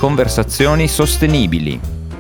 Conversazioni sostenibili.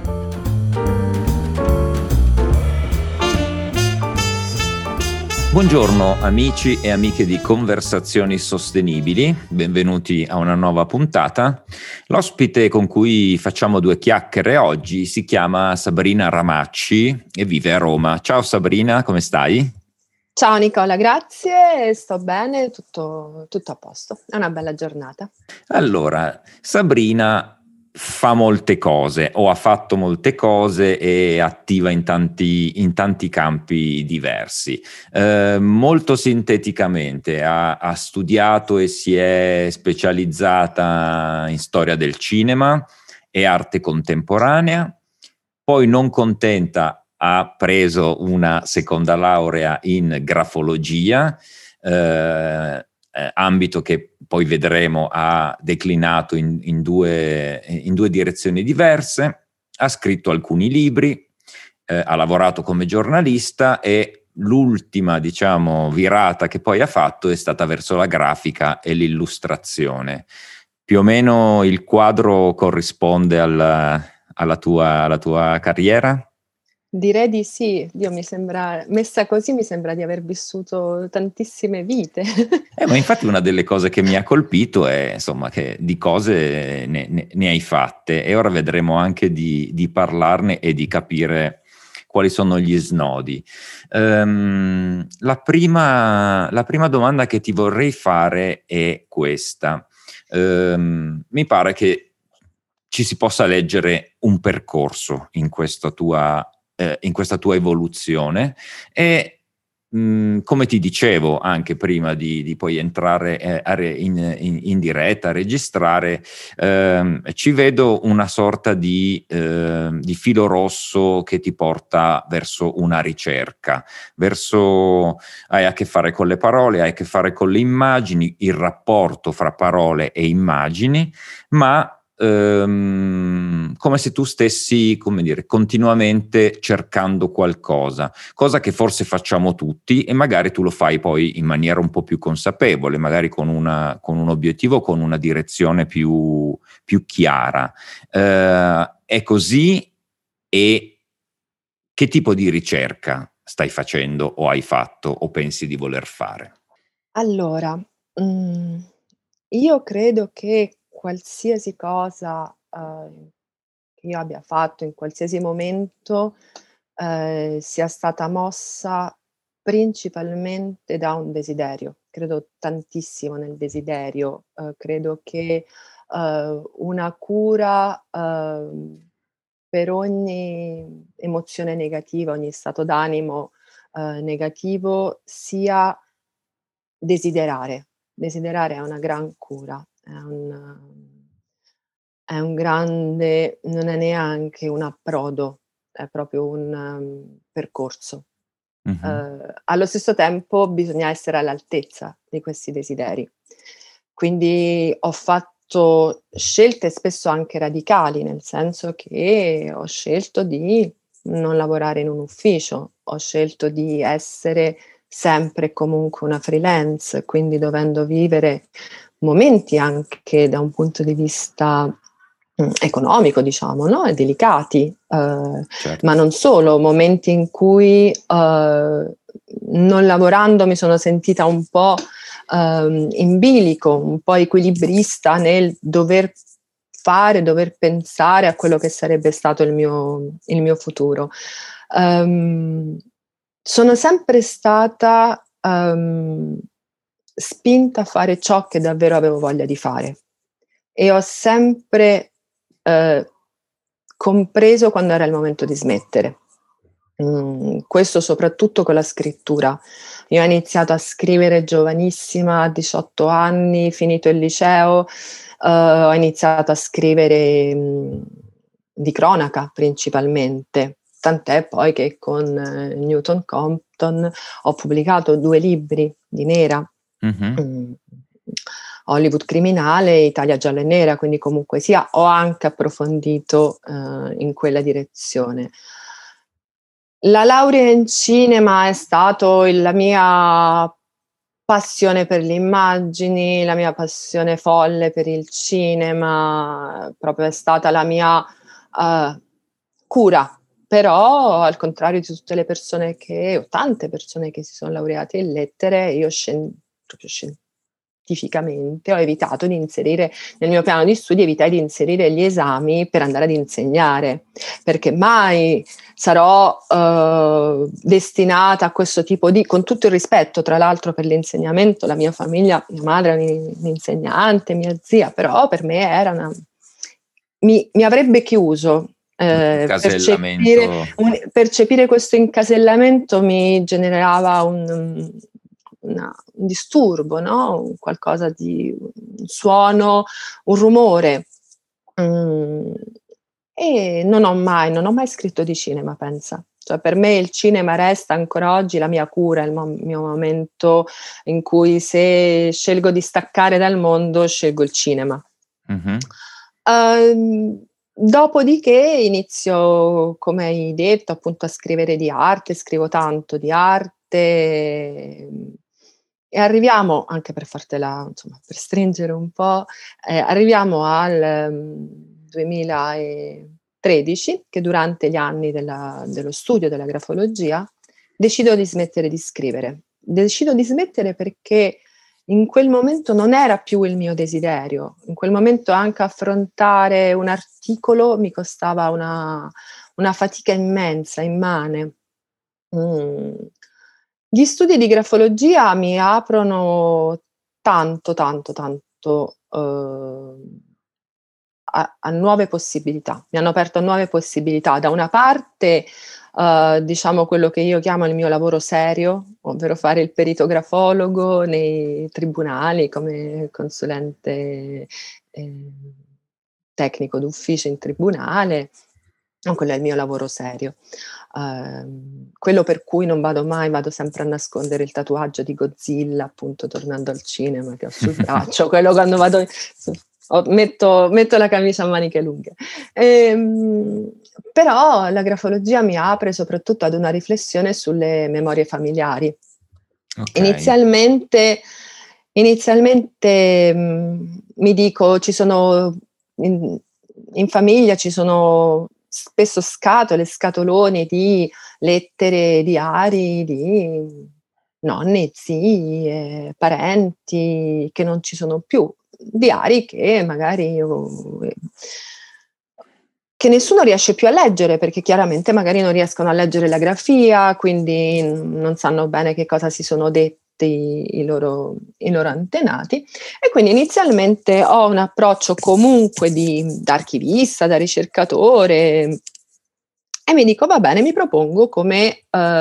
Buongiorno amici e amiche di Conversazioni sostenibili, benvenuti a una nuova puntata. L'ospite con cui facciamo due chiacchiere oggi si chiama Sabrina Ramacci e vive a Roma. Ciao Sabrina, come stai? Ciao Nicola, grazie, sto bene, tutto a posto, è una bella giornata. Allora, Sabrina fa molte cose o ha fatto molte cose e è attiva in tanti campi diversi. Molto sinteticamente ha studiato e si è specializzata in storia del cinema e arte contemporanea, poi non contenta ha preso una seconda laurea in grafologia, ambito che poi vedremo ha declinato in due direzioni diverse, ha scritto alcuni libri, ha lavorato come giornalista e l'ultima, virata che poi ha fatto è stata verso la grafica e l'illustrazione. Più o meno il quadro corrisponde alla tua carriera? Direi di sì, messa così mi sembra di aver vissuto tantissime vite. Ma infatti una delle cose che mi ha colpito è insomma che di cose ne hai fatte e ora vedremo anche di parlarne e di capire quali sono gli snodi. La prima domanda che ti vorrei fare è questa. Mi pare che ci si possa leggere un percorso in questa tua evoluzione e come ti dicevo anche prima di poi entrare in diretta a registrare, ci vedo una sorta di filo rosso che ti porta verso una ricerca, hai a che fare con le parole, hai a che fare con le immagini, il rapporto fra parole e immagini, ma come se tu stessi, continuamente cercando qualcosa, cosa che forse facciamo tutti e magari tu lo fai poi in maniera un po' più consapevole, magari con un obiettivo, con una direzione più chiara. È così? E che tipo di ricerca stai facendo o hai fatto o pensi di voler fare? Allora, io credo che qualsiasi cosa, che io abbia fatto in qualsiasi momento, sia stata mossa principalmente da un desiderio. Credo tantissimo nel desiderio, credo che, una cura, per ogni emozione negativa, ogni stato d'animo, negativo sia desiderare. Desiderare è una gran cura, è un grande non è neanche un approdo, è proprio un, percorso. Mh-mh. Allo stesso tempo bisogna essere all'altezza di questi desideri. Quindi ho fatto scelte spesso anche radicali, nel senso che ho scelto di non lavorare in un ufficio, ho scelto di essere sempre e comunque una freelance, quindi dovendo vivere momenti anche da un punto di vista, economico no, e delicati, Certo. ma non solo, momenti in cui, non lavorando mi sono sentita un po', in bilico, un po' equilibrista nel dover pensare a quello che sarebbe stato il mio futuro. Sono sempre stata, spinta a fare ciò che davvero avevo voglia di fare e ho sempre, ehm, compreso quando era il momento di smettere. Questo soprattutto con la scrittura. Io ho iniziato a scrivere giovanissima, a 18 anni, finito il liceo, ho iniziato a scrivere, di cronaca principalmente, tant'è poi che con Newton Compton ho pubblicato 2 libri di nera, Mh-mh. mhmm, Hollywood criminale e Italia gialla e nera, quindi comunque sia ho anche approfondito, in quella direzione. La laurea in cinema è stato la mia passione per le immagini, la mia passione folle per il cinema, proprio è stata la mia cura. Però, al contrario di tutte le persone o tante persone che si sono laureate in lettere, io proprio scientificamente ho evitato di inserire nel mio piano di studi, evitai di inserire gli esami per andare ad insegnare, perché mai sarò destinata a questo tipo con tutto il rispetto tra l'altro per l'insegnamento, la mia famiglia, mia madre è un'insegnante, mia zia, però per me era mi avrebbe chiuso. Percepire questo incasellamento mi generava un disturbo, no? Qualcosa di un suono, un rumore. E non ho mai scritto di cinema, pensa. Cioè, per me il cinema resta ancora oggi la mia cura, il mio momento in cui, se scelgo di staccare dal mondo, scelgo il cinema. Dopodiché inizio, come hai detto, appunto a scrivere di arte, scrivo tanto di arte e arriviamo, anche per fartela, insomma, per stringere un po', arriviamo al 2013, che durante gli anni dello studio della grafologia decido di smettere di scrivere. Decido di smettere perché in quel momento non era più il mio desiderio. In quel momento anche affrontare un articolo mi costava una fatica immensa, immane. Gli studi di grafologia mi aprono tanto a nuove possibilità. Mi hanno aperto a nuove possibilità. Da una parte, diciamo quello che io chiamo il mio lavoro serio, ovvero fare il perito grafologo nei tribunali come consulente tecnico d'ufficio in tribunale. Quello è il mio lavoro serio. Quello per cui non vado sempre a nascondere il tatuaggio di Godzilla, appunto, tornando al cinema, che ho sul braccio, quello quando vado metto la camicia a maniche lunghe. Però la grafologia mi apre soprattutto ad una riflessione sulle memorie familiari. Okay. Inizialmente mi dico, ci sono in famiglia ci sono spesso scatoloni di lettere, diari di nonni, zii, parenti che non ci sono più, diari che magari che nessuno riesce più a leggere, perché chiaramente magari non riescono a leggere la grafia, quindi non sanno bene che cosa si sono detti i loro antenati, e quindi inizialmente ho un approccio comunque da archivista, da ricercatore, e mi dico va bene, mi propongo come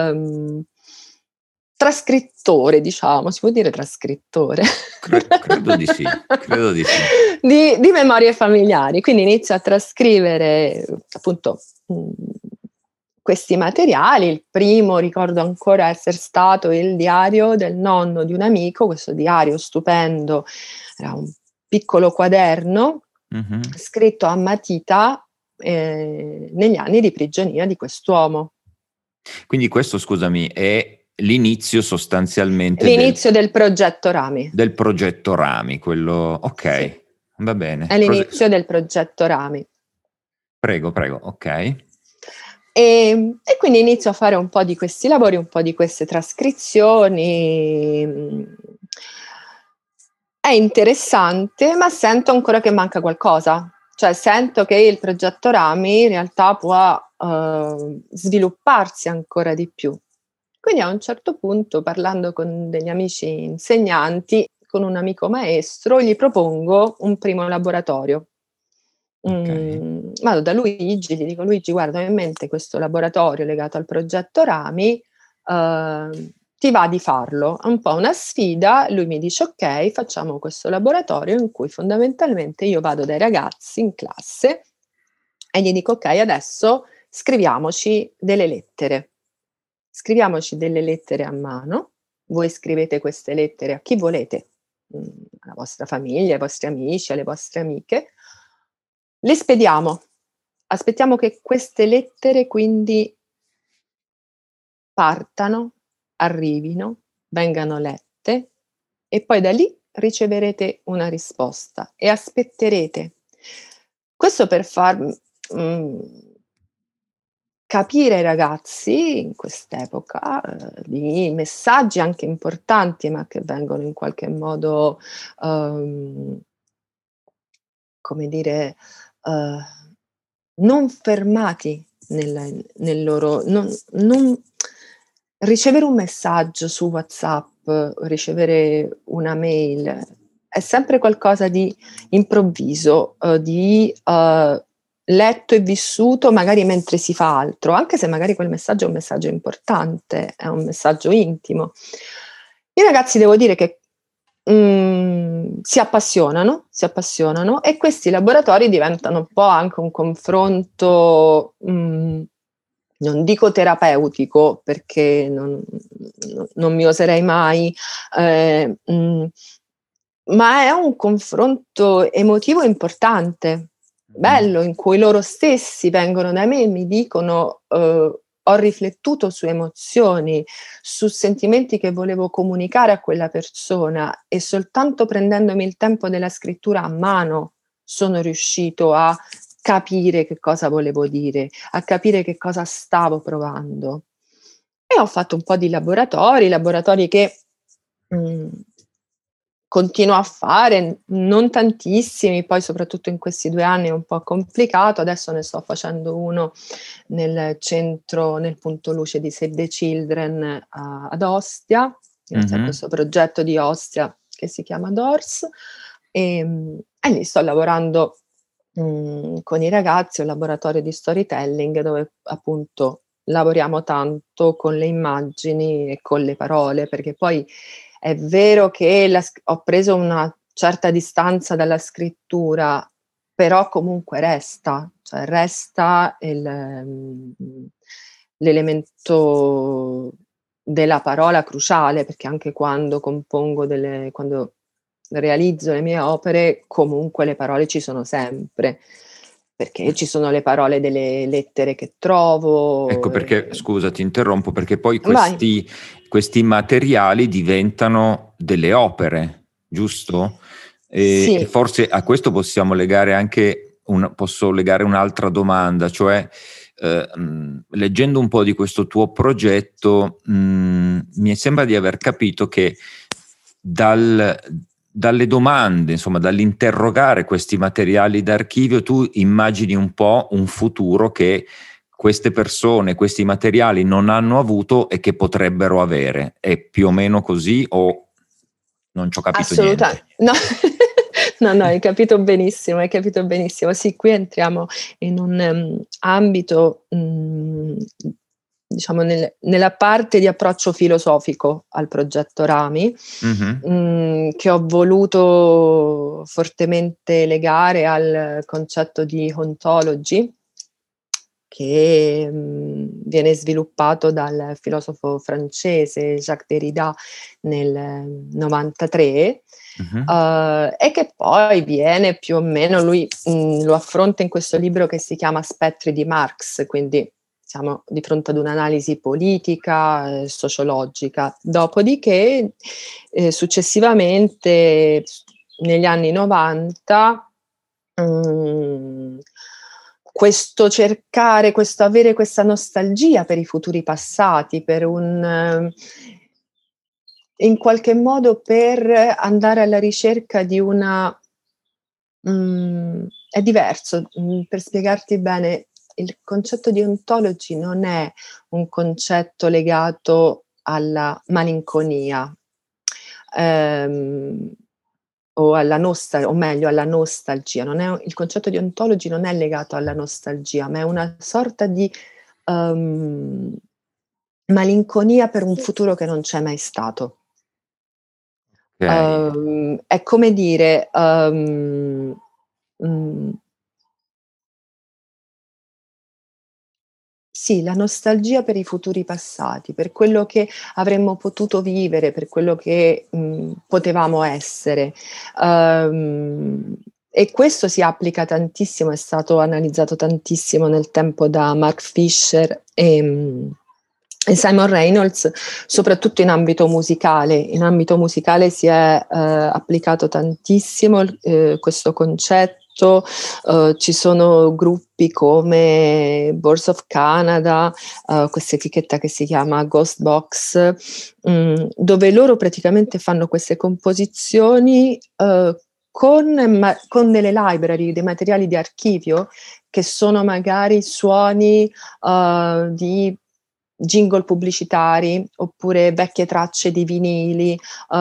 trascrittore, diciamo, si può dire trascrittore? Credo di sì. Di memorie familiari. Quindi inizio a trascrivere appunto questi materiali. Il primo ricordo ancora essere stato il diario del nonno di un amico, questo diario stupendo, era un piccolo quaderno scritto a matita negli anni di prigionia di quest'uomo. Quindi questo, scusami, è l'inizio sostanzialmente del progetto Rami. Del progetto Rami, quello... Ok, sì. Va bene. È l'inizio del progetto Rami. Prego, ok. E quindi inizio a fare un po' di questi lavori, un po' di queste trascrizioni. È interessante, ma sento ancora che manca qualcosa. Cioè sento che il progetto Rami in realtà può svilupparsi ancora di più. Quindi a un certo punto, parlando con degli amici insegnanti, con un amico maestro, gli propongo un primo laboratorio. Okay. Vado da Luigi, gli dico: Luigi, guarda, ho in mente questo laboratorio legato al progetto Rami, ti va di farlo? È un po' una sfida. Lui mi dice: ok, facciamo questo laboratorio in cui fondamentalmente io vado dai ragazzi in classe e gli dico: ok, adesso scriviamoci delle lettere a mano. Voi scrivete queste lettere a chi volete, alla vostra famiglia, ai vostri amici, alle vostre amiche. Le spediamo. Aspettiamo che queste lettere quindi partano, arrivino, vengano lette, e poi da lì riceverete una risposta e aspetterete. Questo per far capire ai ragazzi in quest'epoca, di messaggi anche importanti, ma che vengono in qualche modo, uhm, come dire, uhm, non fermati nel loro non ricevere un messaggio su WhatsApp, ricevere una mail, è sempre qualcosa di improvviso, letto e vissuto magari mentre si fa altro, anche se magari quel messaggio è un messaggio importante, è un messaggio intimo. I ragazzi devo dire che, si appassionano e questi laboratori diventano un po' anche un confronto, non dico terapeutico perché non mi oserei mai, ma è un confronto emotivo importante, bello, in cui loro stessi vengono da me e mi dicono, ho riflettuto su emozioni, su sentimenti che volevo comunicare a quella persona e soltanto prendendomi il tempo della scrittura a mano sono riuscito a capire che cosa volevo dire, a capire che cosa stavo provando. E ho fatto un po' di laboratori che, mhmm continuo a fare, non tantissimi, poi soprattutto in questi 2 anni è un po' complicato, adesso ne sto facendo uno nel punto luce di Save the Children ad Ostia, grazie a Mh-mh. questo progetto di Ostia che si chiama DORS, e lì sto lavorando, con i ragazzi, un laboratorio di storytelling dove appunto lavoriamo tanto con le immagini e con le parole, perché poi è vero che ho preso una certa distanza dalla scrittura, però comunque cioè resta l'elemento della parola cruciale, perché anche quando realizzo le mie opere, comunque le parole ci sono sempre, perché ci sono le parole delle lettere che Ecco trovo, perché, scusa, ti interrompo, perché poi vai. questi materiali diventano delle opere, giusto? E Sì. forse a questo possiamo legare anche posso legare un'altra domanda, cioè leggendo un po' di questo tuo progetto, mi sembra di aver capito che dalle domande, insomma, dall'interrogare questi materiali d'archivio, tu immagini un po' un futuro che queste persone, questi materiali non hanno avuto e che potrebbero avere. È più o meno così o non ci ho capito niente? No, no, no, hai capito benissimo, hai capito benissimo. Sì, qui entriamo in un, ambito, diciamo nella parte di approccio filosofico al progetto Rami, Mhm. che ho voluto fortemente legare al concetto di ontology, che, viene sviluppato dal filosofo francese Jacques Derrida nel 93, Mhm. e che poi viene più o meno lui, lo affronta in questo libro che si chiama Spettri di Marx, quindi siamo di fronte ad un'analisi politica, sociologica. Dopodiché, successivamente negli anni '90, Mhmm, questo avere questa nostalgia per i futuri passati, per in qualche modo per andare alla ricerca di una è diverso, per spiegarti bene, il concetto di ontology non è un concetto legato alla malinconia, ehm o o meglio alla nostalgia. Non è il concetto di ontology non è legato alla nostalgia, ma è una sorta di, uhm, malinconia per un futuro che non c'è mai stato. Ok. È come dire, mhmm sì, la nostalgia per i futuri passati, per quello che avremmo potuto vivere, per quello che, potevamo essere. E questo si applica tantissimo, è stato analizzato tantissimo nel tempo da Mark Fisher, e Simon Reynolds, soprattutto in ambito musicale. In ambito musicale si è applicato tantissimo questo concetto. Ci sono gruppi come Boards of Canada, questa etichetta che si chiama Ghost Box, dove loro praticamente fanno queste composizioni con delle library, dei materiali di archivio che sono magari suoni di jingle pubblicitari, oppure vecchie tracce di vinili,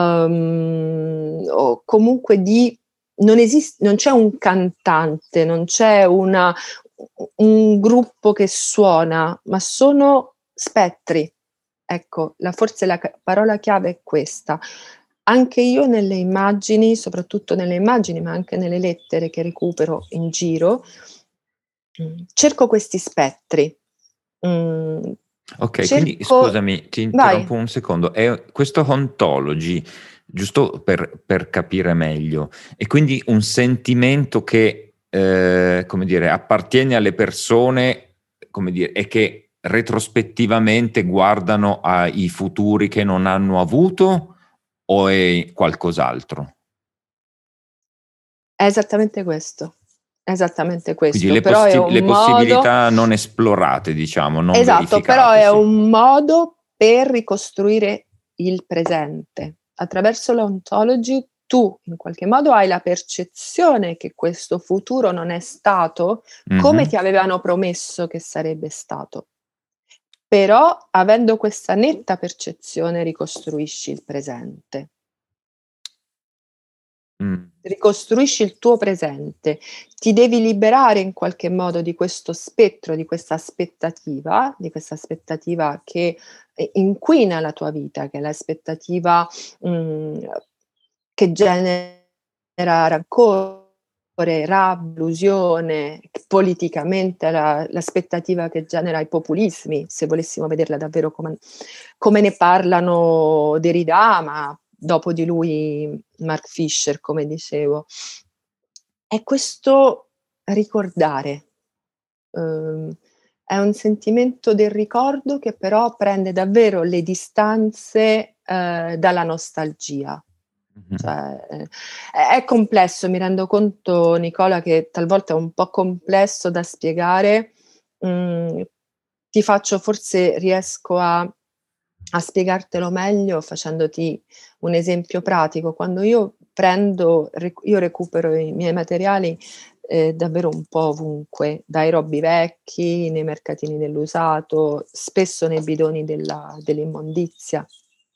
o comunque non c'è un cantante, non c'è un gruppo che suona, ma sono spettri. Ecco, forse la parola chiave è questa. Anche io nelle immagini, soprattutto nelle immagini, ma anche nelle lettere che recupero in giro, cerco questi spettri. Ok, quindi Cerco scusami, ti Vai. interrompo un secondo. È questo ontology, giusto per capire meglio, è quindi un sentimento che, come dire, appartiene alle persone, come dire, e che retrospettivamente guardano ai futuri che non hanno avuto, o è qualcos'altro? È esattamente Quindi questo, però è le un modo. possibilità non esplorate, diciamo, non Esatto, però verificate, è sì. un modo per ricostruire il presente. Attraverso l'ontology tu in qualche modo hai la percezione che questo futuro non è stato come Mhm. ti avevano promesso che sarebbe stato. Però avendo questa netta percezione ricostruisci il presente. Mm. Ricostruisci il tuo presente, ti devi liberare in qualche modo di questo spettro, di questa aspettativa che inquina la tua vita, che è l'aspettativa che genera rancore, rabbia, illusione, politicamente l'aspettativa che genera i populismi, se volessimo vederla davvero come ne parlano Derrida, ma dopo di lui Mark Fisher, come dicevo. È questo ricordare, uhm, è un sentimento del ricordo che però prende davvero le distanze, dalla nostalgia. Mhm. Cioè, è complesso, mi rendo conto Nicola che talvolta è un po' complesso da spiegare. Mhmm, forse riesco a spiegartelo meglio facendoti un esempio pratico. Quando io recupero i miei materiali, davvero un po' ovunque, dai robbi vecchi, nei mercatini dell'usato, spesso nei bidoni dell'immondizia.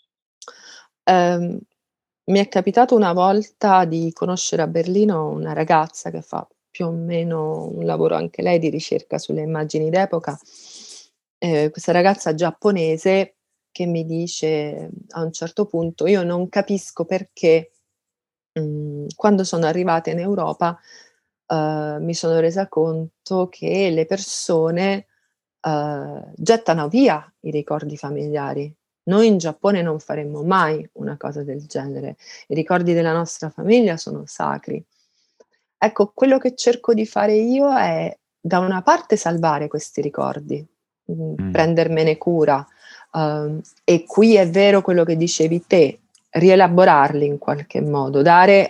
Ehm, Mi è capitato una volta di conoscere a Berlino una ragazza che fa più o meno un lavoro anche lei di ricerca sulle immagini d'epoca. Questa ragazza giapponese che mi dice a un certo punto: "Io non capisco perché, quando sono arrivata in Europa, mi sono resa conto che le persone, gettano via i ricordi familiari. Noi in Giappone non faremmo mai una cosa del genere. I ricordi della nostra famiglia sono sacri." Ecco, quello che cerco di fare io è, da una parte, salvare questi ricordi, Mm. prendermene cura, e qui è vero quello che dicevi te, rielaborarli in qualche modo, dare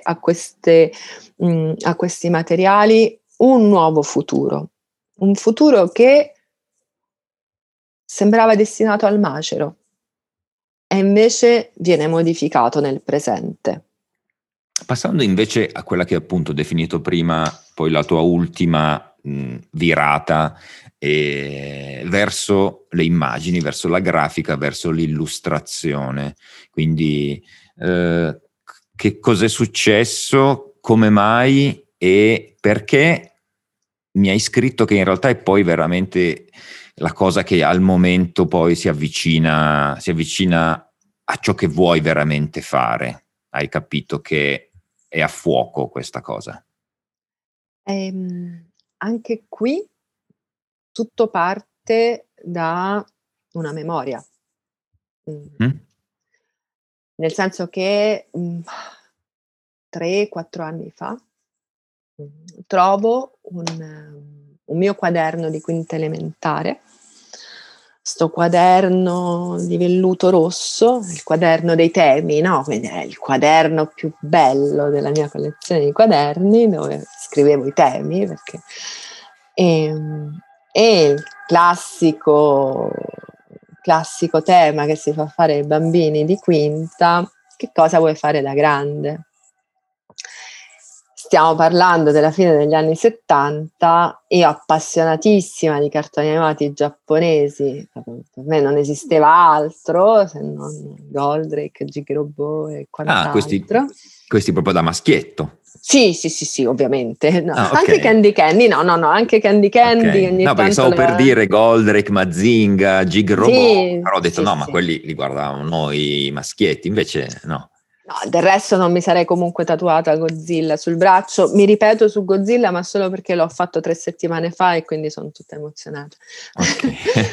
a questi materiali un nuovo futuro, un futuro che sembrava destinato al macero e invece viene modificato nel presente. Passando invece a quella che appunto ho definito prima, poi la tua ultima virata verso le immagini, verso la grafica, verso l'illustrazione. Quindi che cos'è successo, come mai e perché mi hai scritto che in realtà è poi veramente la cosa che al momento poi si avvicina a ciò che vuoi veramente fare. Hai capito che è a fuoco questa cosa. Anche qui tutto parte da una memoria. Mhmm, Mm? Nel senso che, 3, 4 anni fa, trovo un mio quaderno di quinta elementare, sto quaderno di velluto rosso, il quaderno dei temi, no? Quindi è il quaderno più bello della mia collezione di quaderni, dove scrivevo i temi, perché e il classico tema che si fa fare ai bambini di quinta: che cosa vuoi fare da grande? Stiamo parlando della fine degli anni 70, io appassionatissima di cartoni animati giapponesi, per me non esisteva altro se non Goldrake, Gig Robot e quant'altro. Questi proprio da maschietto. Sì, ovviamente. No. Ah, okay. Anche Candy Candy, no, anche Candy Candy. Okay. No, perché stavo per dire Goldrake, Mazinga, Gig Robot, sì, però ho detto sì, ma quelli li guardavamo noi maschietti, invece no. No, del resto non mi sarei comunque tatuata Godzilla sul braccio. Mi ripeto su Godzilla, ma solo perché l'ho fatto 3 settimane fa e quindi sono tutta emozionata. Okay.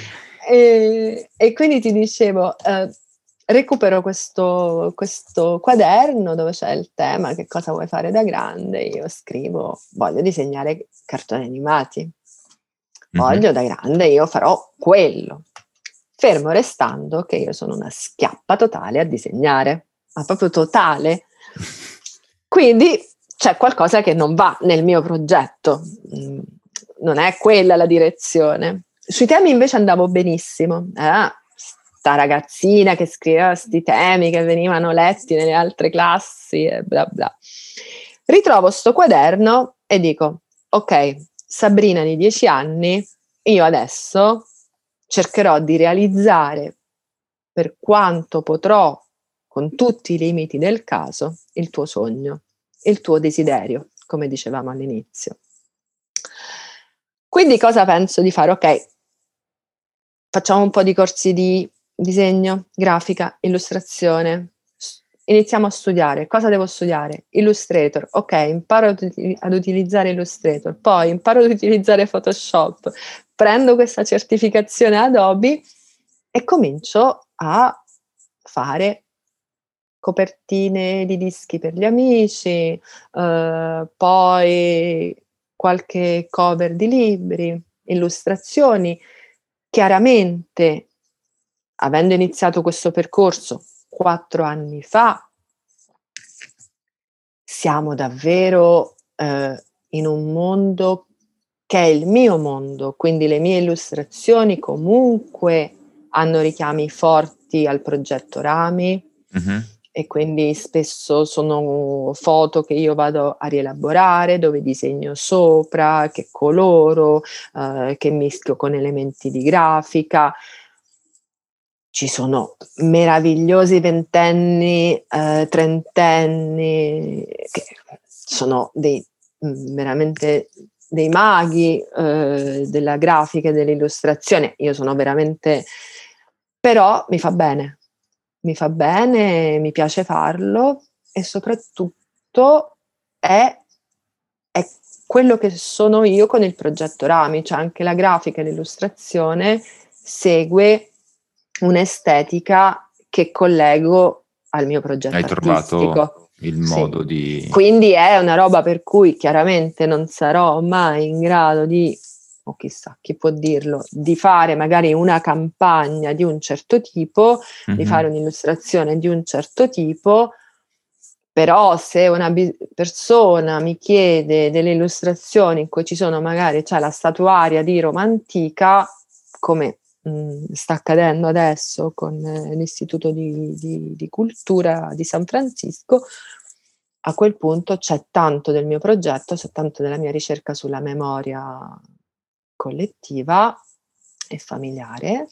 e quindi ti dicevo, recupero questo quaderno dove c'è il tema che cosa vuoi fare da grande. Io scrivo: voglio disegnare cartoni animati. Voglio da grande, io farò quello. Fermo restando che io sono una schiappa totale a disegnare, ma proprio totale. Quindi c'è qualcosa che non va nel mio progetto, non è quella la direzione. Sui temi invece andavo benissimo. Sta ragazzina che scriveva sti temi che venivano letti nelle altre classi e bla bla. Ritrovo sto quaderno e dico: ok, Sabrina di 10 anni, io adesso cercherò di realizzare, per quanto potrò, con tutti i limiti del caso, il tuo sogno, il tuo desiderio, come dicevamo all'inizio. Quindi cosa penso di fare? Ok, facciamo un po' di corsi di disegno, grafica, illustrazione. Iniziamo a studiare. Cosa devo studiare? Illustrator. Ok, imparo ad utilizzare Illustrator, poi imparo ad utilizzare Photoshop, prendo questa certificazione Adobe e comincio a fare copertine di dischi per gli amici, poi qualche cover di libri, illustrazioni. Chiaramente, avendo iniziato questo percorso 4 anni fa, siamo davvero in un mondo che è il mio mondo, quindi le mie illustrazioni comunque hanno richiami forti al progetto Rami. E quindi spesso sono foto che io vado a rielaborare, dove disegno sopra, che coloro, che mischio con elementi di grafica. Ci sono meravigliosi ventenni, trentenni, che sono veramente dei maghi della grafica e dell'illustrazione. Io sono veramente... Però mi fa bene, mi piace farlo e soprattutto è quello che sono io con il progetto Rami, cioè anche la grafica e l'illustrazione segue un'estetica che collego al mio progetto artistico. Hai trovato il modo di... Quindi è una roba per cui chiaramente non sarò mai in grado di, o chissà chi può dirlo, di fare magari una campagna di un certo tipo, di fare un'illustrazione di un certo tipo, però se una persona mi chiede delle illustrazioni in cui ci sono magari c'è la statuaria di Roma antica, come sta accadendo adesso con l'Istituto di Cultura di San Francisco, a quel punto c'è tanto del mio progetto, c'è tanto della mia ricerca sulla memoria collettiva e familiare,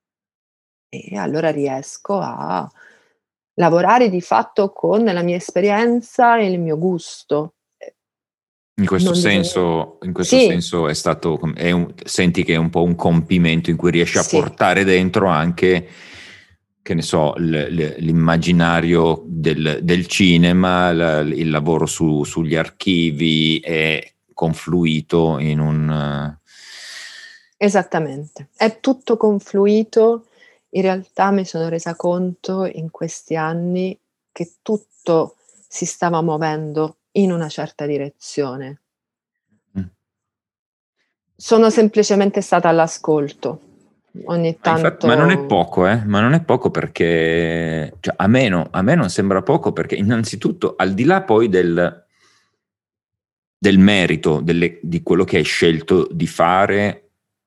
e allora riesco a lavorare di fatto con la mia esperienza e il mio gusto. In questo senso è stato, senti che è un po' un compimento in cui riesci a portare dentro anche, che ne so, l'immaginario del cinema, il lavoro sugli archivi è confluito in un... Esattamente, è tutto confluito. In realtà mi sono resa conto in questi anni che tutto si stava muovendo in una certa direzione. Sono semplicemente stata all'ascolto. ogni Ma non è tanto. poco, ma non è poco perché, cioè, a me non sembra poco perché innanzitutto, al di là poi del merito di quello che hai scelto di fare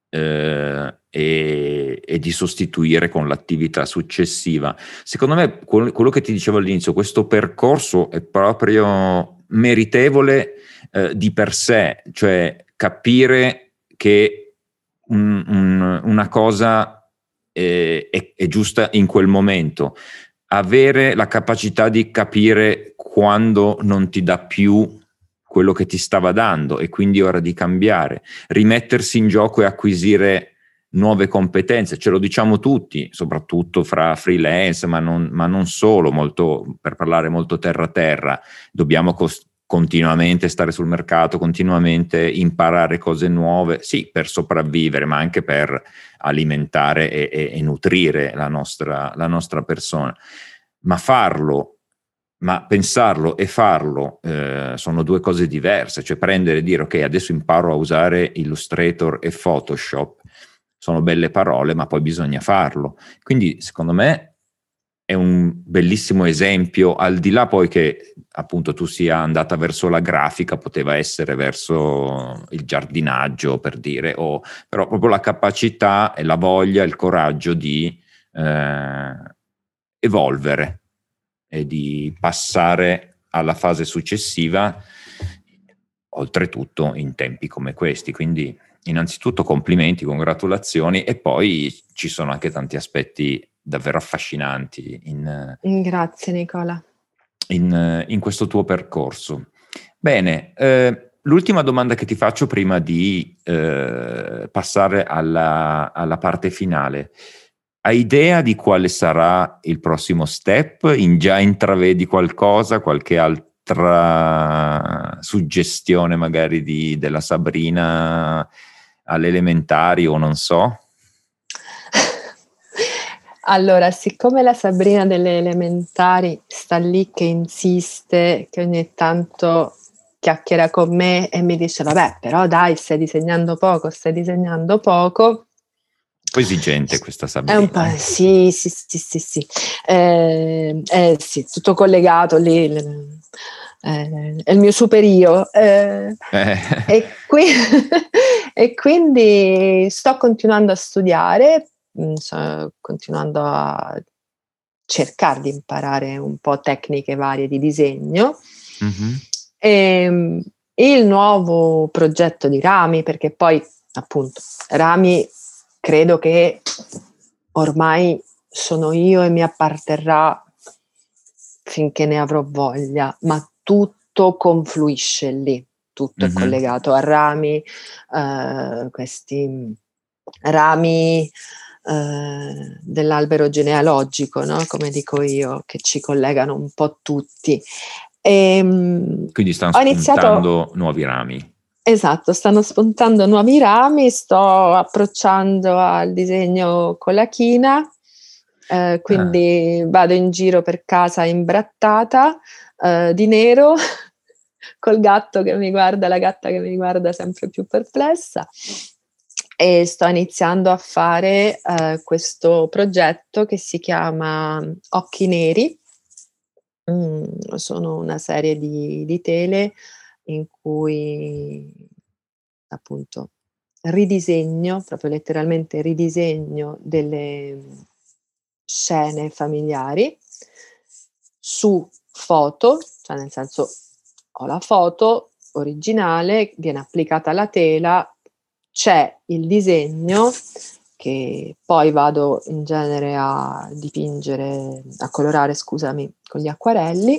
e di sostituire con l'attività successiva, secondo me quello che ti dicevo all'inizio, questo percorso è proprio meritevole di per sé, cioè capire che una cosa è giusta in quel momento, avere la capacità di capire quando non ti dà più quello che ti stava dando e quindi è ora di cambiare, rimettersi in gioco e acquisire nuove competenze, ce lo diciamo tutti, soprattutto fra freelance, ma non solo, molto, per parlare molto terra a terra, dobbiamo continuamente stare sul mercato, continuamente imparare cose nuove, sì, per sopravvivere, ma anche per alimentare e nutrire la nostra persona. Ma pensarlo e farlo sono due cose diverse, cioè prendere e dire ok, adesso imparo a usare Illustrator e Photoshop, sono belle parole, ma poi bisogna farlo. Quindi secondo me è un bellissimo esempio, al di là poi che appunto tu sia andata verso la grafica, poteva essere verso il giardinaggio, per dire, però proprio la capacità e la voglia, il coraggio di evolvere e di passare alla fase successiva, oltretutto in tempi come questi. Quindi innanzitutto complimenti, congratulazioni, e poi ci sono anche tanti aspetti davvero affascinanti Grazie Nicola. in questo tuo percorso. Bene, l'ultima domanda che ti faccio prima di passare alla parte finale. Hai idea di quale sarà il prossimo step? Già intravedi qualcosa, qualche altra suggestione magari della Sabrina alle elementari o non so? Allora, siccome la Sabrina delle elementari sta lì che insiste, che ogni tanto chiacchiera con me e mi dice vabbè, però dai, stai disegnando poco. Un po' esigente questa È un po', Sabrina. sì. Sì, tutto collegato lì, è il mio superio. E, e quindi sto continuando a studiare, sto continuando a cercare di imparare un po' tecniche varie di disegno. Mm-hmm. E il nuovo progetto di Rami, perché poi appunto Rami credo che ormai sono io e mi apparterrà finché ne avrò voglia, ma tutto confluisce lì, tutto è collegato a Rami, questi rami dell'albero genealogico, no? Come dico io, che ci collegano un po' tutti. Quindi stanno spuntando nuovi rami. Esatto, stanno spuntando nuovi rami, sto approcciando al disegno con la china, quindi vado in giro per casa imbrattata di nero col gatto che mi guarda, la gatta che mi guarda sempre più perplessa, e sto iniziando a fare questo progetto che si chiama Occhi Neri. Sono una serie di tele in cui appunto ridisegno, proprio letteralmente ridisegno delle scene familiari su foto, cioè nel senso ho la foto originale, viene applicata alla tela, c'è il disegno che poi vado in genere a dipingere, a colorare, scusami, con gli acquarelli,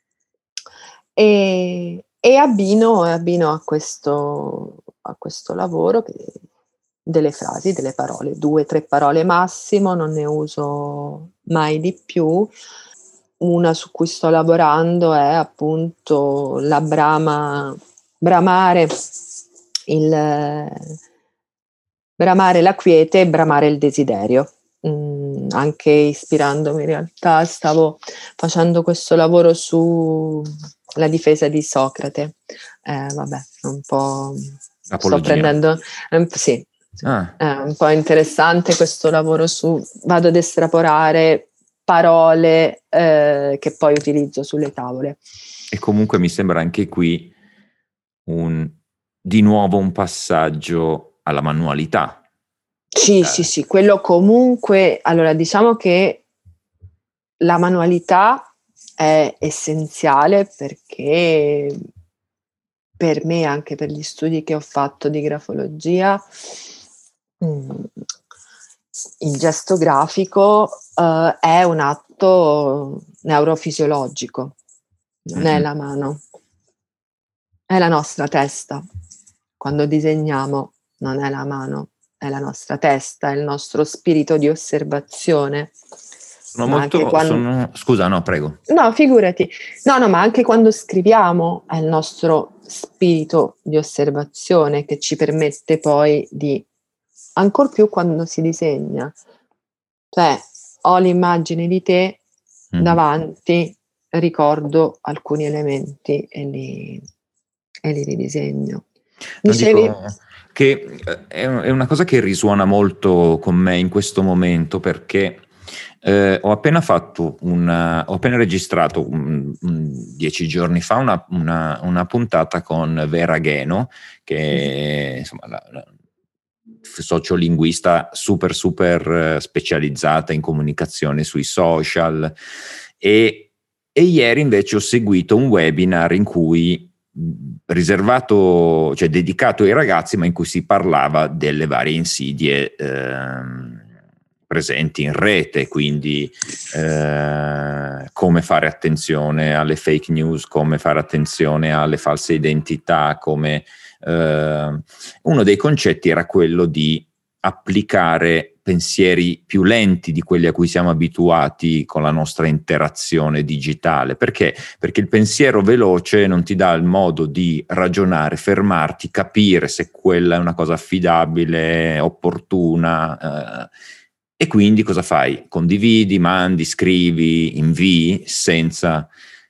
e abbino a questo lavoro delle frasi, delle parole, 2, 3 parole massimo, non ne uso mai di più. Una su cui sto lavorando è appunto bramare la quiete e bramare il desiderio. Anche ispirandomi, in realtà stavo facendo questo lavoro sulla difesa di Socrate. Vabbè, un po' Apologia. sto prendendo, sì, È un po' interessante questo lavoro vado ad estraporare parole che poi utilizzo sulle tavole. E comunque mi sembra anche qui di nuovo un passaggio alla manualità. Sì, quello comunque, allora diciamo che la manualità è essenziale perché per me, anche per gli studi che ho fatto di grafologia, il gesto grafico è un atto neurofisiologico, non è la mano, è la nostra testa. Quando disegniamo non è la mano, è la nostra testa, è il nostro spirito di osservazione. Scusa, no, prego. No, figurati. No, ma anche quando scriviamo è il nostro spirito di osservazione che ci permette poi di, ancor più quando si disegna. Cioè, ho l'immagine di te davanti, ricordo alcuni elementi e li ridisegno. Dico che è una cosa che risuona molto con me in questo momento, perché ho appena registrato 10 giorni fa una puntata con Vera Gheno, che insomma la sociolinguista super specializzata in comunicazione sui social, e ieri invece ho seguito un webinar in cui riservato, cioè dedicato ai ragazzi, ma in cui si parlava delle varie insidie presenti in rete, quindi come fare attenzione alle fake news, come fare attenzione alle false identità, come uno dei concetti era quello di applicare pensieri più lenti di quelli a cui siamo abituati con la nostra interazione digitale. Perché? Perché il pensiero veloce non ti dà il modo di ragionare, fermarti, capire se quella è una cosa affidabile, opportuna, e quindi cosa fai? Condividi, mandi, scrivi, invii senza...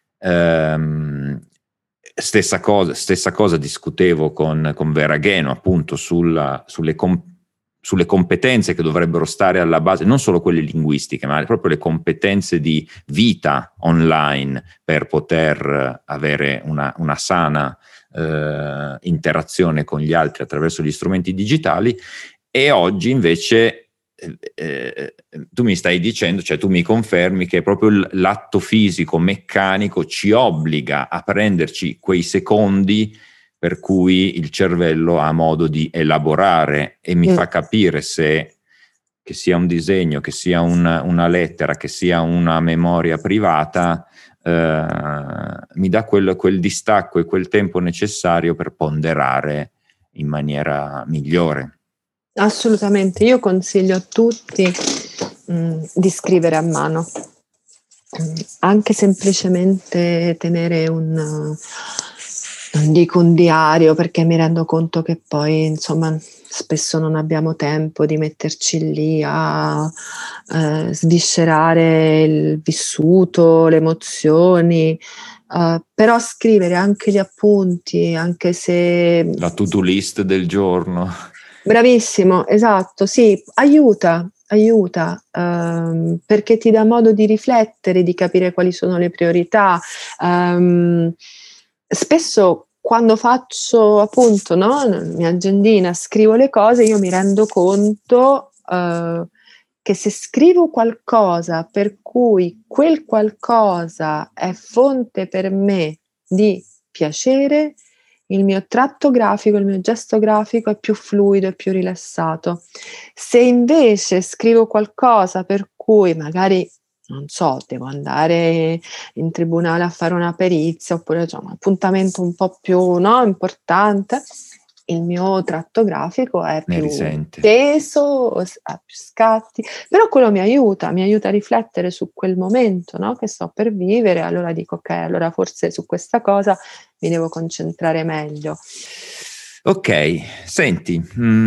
Stessa cosa discutevo con Vera Gheno, appunto sulle competenze che dovrebbero stare alla base, non solo quelle linguistiche, ma proprio le competenze di vita online per poter avere una sana interazione con gli altri attraverso gli strumenti digitali. E oggi invece tu mi stai dicendo, cioè tu mi confermi che proprio l'atto fisico, meccanico ci obbliga a prenderci quei secondi per cui il cervello ha modo di elaborare e mi fa capire se, che sia un disegno, che sia una lettera, che sia una memoria privata, mi dà quel distacco e quel tempo necessario per ponderare in maniera migliore. Assolutamente, io consiglio a tutti di scrivere a mano, anche semplicemente tenere non dico un diario, perché mi rendo conto che poi insomma spesso non abbiamo tempo di metterci lì a sviscerare il vissuto, le emozioni. Però scrivere anche gli appunti, anche se... La to-do list del giorno. Bravissimo, esatto, sì, aiuta, perché ti dà modo di riflettere, di capire quali sono le priorità. Spesso quando faccio appunto, no, la mia agendina, scrivo le cose, io mi rendo conto che se scrivo qualcosa per cui quel qualcosa è fonte per me di piacere, il mio tratto grafico, il mio gesto grafico è più fluido e più rilassato. Se invece scrivo qualcosa per cui magari, non so, devo andare in tribunale a fare una perizia, oppure un appuntamento un po' più importante, il mio tratto grafico è più teso, ha più scatti, però quello mi aiuta a riflettere su quel momento, no, che sto per vivere. Allora dico, ok, allora forse su questa cosa mi devo concentrare meglio. Ok, senti,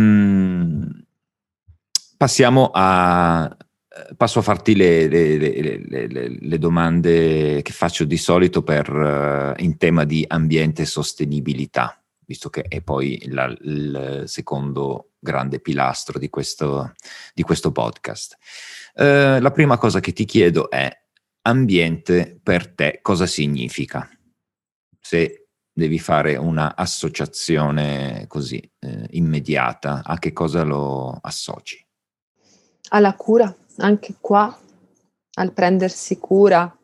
passo a farti le domande che faccio di solito in tema di ambiente e sostenibilità. visto che è poi il secondo grande pilastro di questo podcast. La prima cosa che ti chiedo è: ambiente per te cosa significa? Se devi fare una associazione così immediata, a che cosa lo associ? Alla cura, anche qua, al prendersi cura.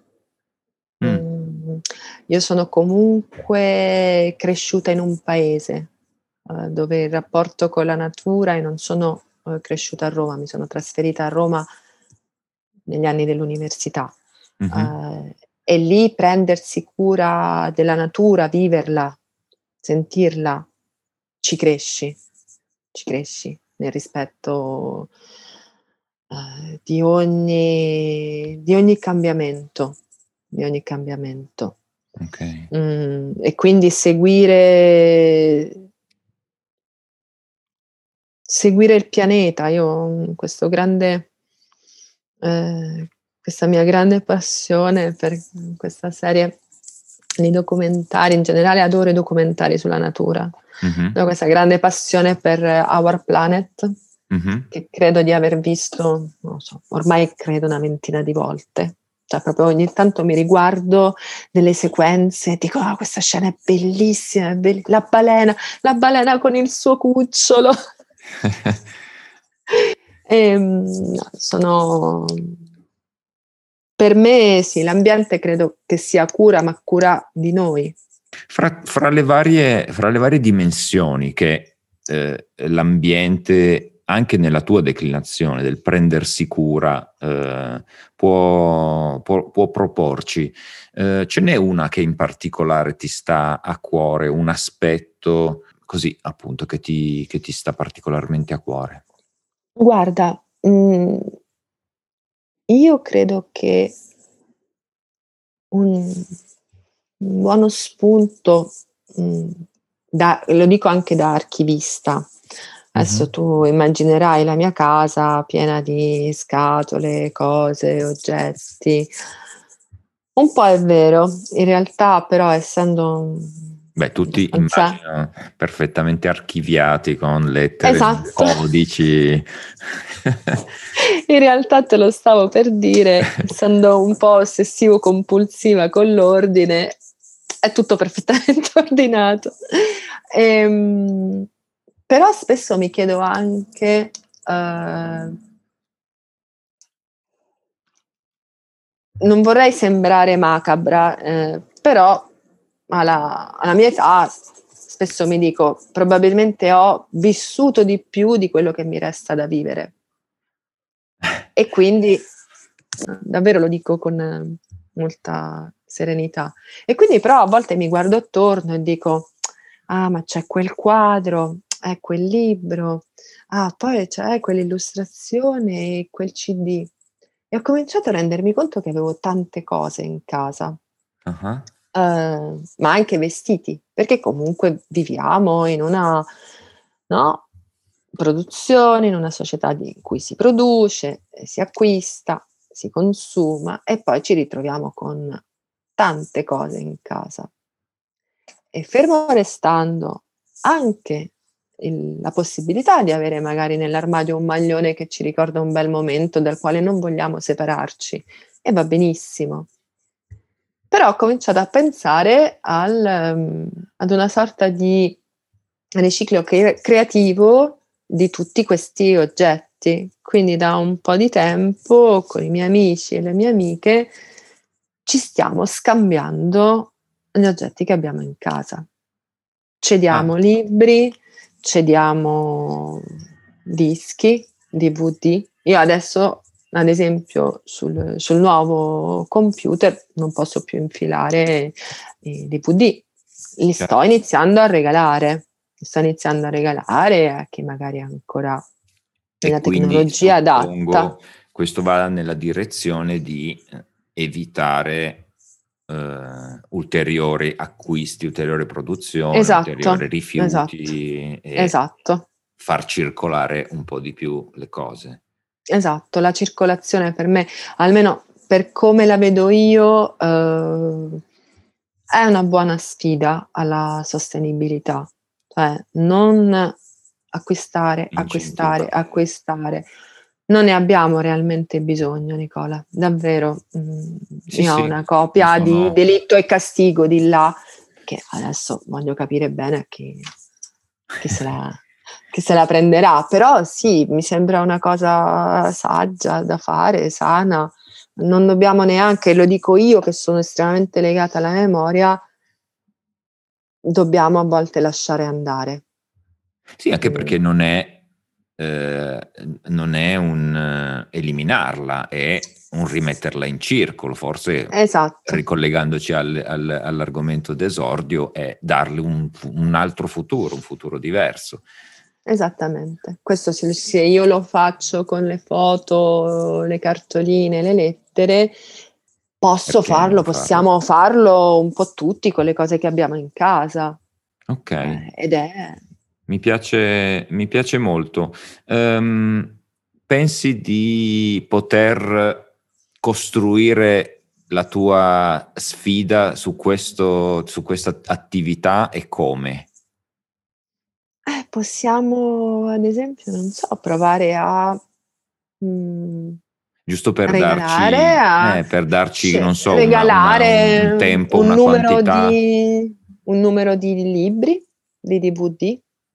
Io sono comunque cresciuta in un paese dove il rapporto con la natura, e non sono cresciuta a Roma, mi sono trasferita a Roma negli anni dell'università. Mhm. E lì prendersi cura della natura, viverla, sentirla, ci cresci nel rispetto di ogni cambiamento, di ogni cambiamento. Ok. E quindi seguire il pianeta. Io ho questo grande questa mia grande passione per questa serie di documentari, in generale adoro i documentari sulla natura. Mhm. Ho questa grande passione per Our Planet, Mhm. che credo di aver visto, non lo so, ormai credo una ventina di volte. Cioè proprio ogni tanto mi riguardo delle sequenze e dico: "Ah, questa scena è bellissima, la balena con il suo cucciolo". Sono Per me sì, l'ambiente credo che sia cura, ma cura di noi. Fra le varie dimensioni che l'ambiente, anche nella tua declinazione del prendersi cura, può proporci, ce n'è una che in particolare ti sta a cuore, un aspetto così appunto che ti sta particolarmente a cuore? Guarda, io credo che un buono spunto, mhmm, lo dico anche da archivista. Mhm. Adesso tu immaginerai la mia casa piena di scatole, cose, oggetti. Un po' è vero, in realtà però essendo Beh, tutti abbastanza immagino perfettamente archiviati con lettere, esatto. codici. In realtà te lo stavo per dire, essendo un po' ossessivo compulsiva con l'ordine, è tutto perfettamente ordinato. Ehm, Però spesso mi chiedo anche, non vorrei sembrare macabra, però alla mia età spesso mi dico: probabilmente ho vissuto di più di quello che mi resta da vivere. E quindi davvero lo dico con molta serenità. E quindi però a volte mi guardo attorno e dico: "Ah, ma c'è quel quadro, quel libro, ah, poi c'è quell'illustrazione e quel CD". E ho cominciato a rendermi conto che avevo tante cose in casa, Ah-ah. ma anche vestiti, perché comunque viviamo in una, no, produzione, in una società in cui si produce, si acquista, si consuma e poi ci ritroviamo con tante cose in casa. E fermo restando anche la possibilità di avere magari nell'armadio un maglione che ci ricorda un bel momento dal quale non vogliamo separarci, e va benissimo. Però ho cominciato a pensare ad una sorta di riciclo creativo di tutti questi oggetti. Quindi da un po' di tempo con i miei amici e le mie amiche ci stiamo scambiando gli oggetti che abbiamo in casa. Ah, Cediamo libri, cediamo dischi, DVD. Io adesso, ad esempio, sul nuovo computer non posso più infilare i DVD. Li sto certo. iniziando a regalare. Li sto iniziando a regalare a chi magari ha ancora E la quindi tecnologia adatta. suppongo questo va nella direzione di evitare ulteriori acquisti, ulteriore produzione, ulteriori Esatto, esatto, rifiuti e esatto. far circolare un po' di più le cose. Esatto, la circolazione per me, almeno per come la vedo io, è una buona sfida alla sostenibilità. cioè non acquistare. Non ne abbiamo realmente bisogno, Nicola, davvero. Io ho una copia di Delitto e Castigo di là, che adesso voglio capire bene chi se la prenderà, però sì, mi sembra una cosa saggia da fare, sana. Non dobbiamo neanche, lo dico io che sono estremamente legata alla memoria, dobbiamo a volte lasciare andare. Sì, anche perché non è un eliminarla, è un rimetterla in circolo, forse. Esatto. Ricollegandoci all'argomento d'esordio, è darle un altro futuro, un futuro diverso. Esattamente, questo se io lo faccio con le foto, le cartoline, le lettere, possiamo farlo un po' tutti con le cose che abbiamo in casa. Ok. Ed è... Mi piace molto. Pensi di poter costruire la tua sfida su questa attività, e come? Possiamo, ad esempio, non so, provare a giusto per darci, non so, regalare un tempo, una quantità. Un numero di libri, di DVD,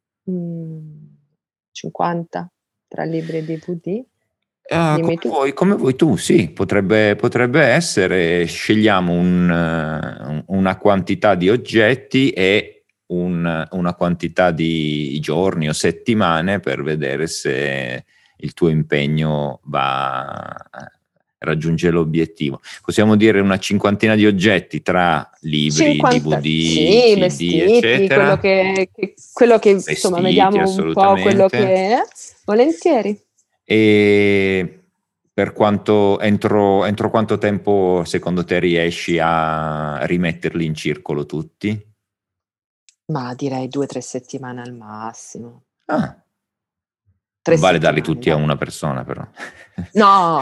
50 tra libri e DVD. Come vuoi tu, sì, potrebbe essere. Scegliamo una quantità di oggetti e una quantità di giorni o settimane per vedere se il tuo impegno raggiunge l'obietto. Possiamo dire una cinquantina di oggetti tra libri, DVD, CD, vestiti, eccetera. quello che insomma, vediamo un po' quello che è. Volentieri. E per quanto entro quanto tempo secondo te riesci a rimetterli in circolo tutti? Ma direi 2 o 3 settimane al massimo. Non vale darli tutti a una persona, però. No,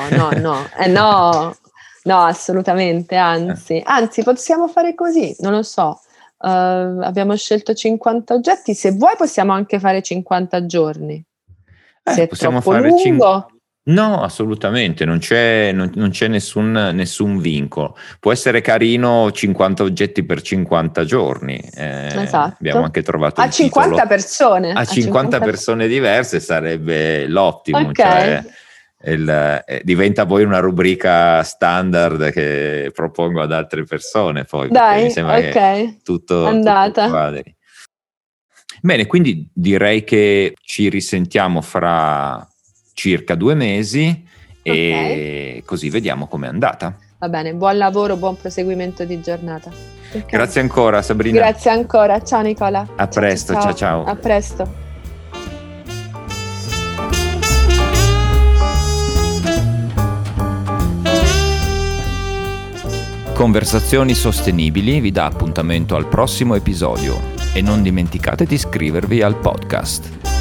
assolutamente, anzi possiamo fare così, non lo so. Abbiamo scelto 50 oggetti, se vuoi possiamo anche fare 50 giorni. Se è troppo lungo... No, assolutamente, non c'è nessun vincolo. Può essere carino 50 oggetti per 50 giorni. Esatto. Abbiamo anche trovato a 50 persone. A 50 persone diverse sarebbe l'ottimo. Okay. Cioè, diventa poi una rubrica standard che propongo ad altre persone. Poi dai, mi sembra che tutto quadri. Bene, quindi direi che ci risentiamo fra circa 2 mesi e così vediamo com'è andata. Va bene, buon lavoro, buon proseguimento di giornata. Okay. Grazie ancora, Sabrina. Grazie ancora, ciao Nicola. A presto, ciao. A presto. Conversazioni Sostenibili vi dà appuntamento al prossimo episodio e non dimenticate di iscrivervi al podcast.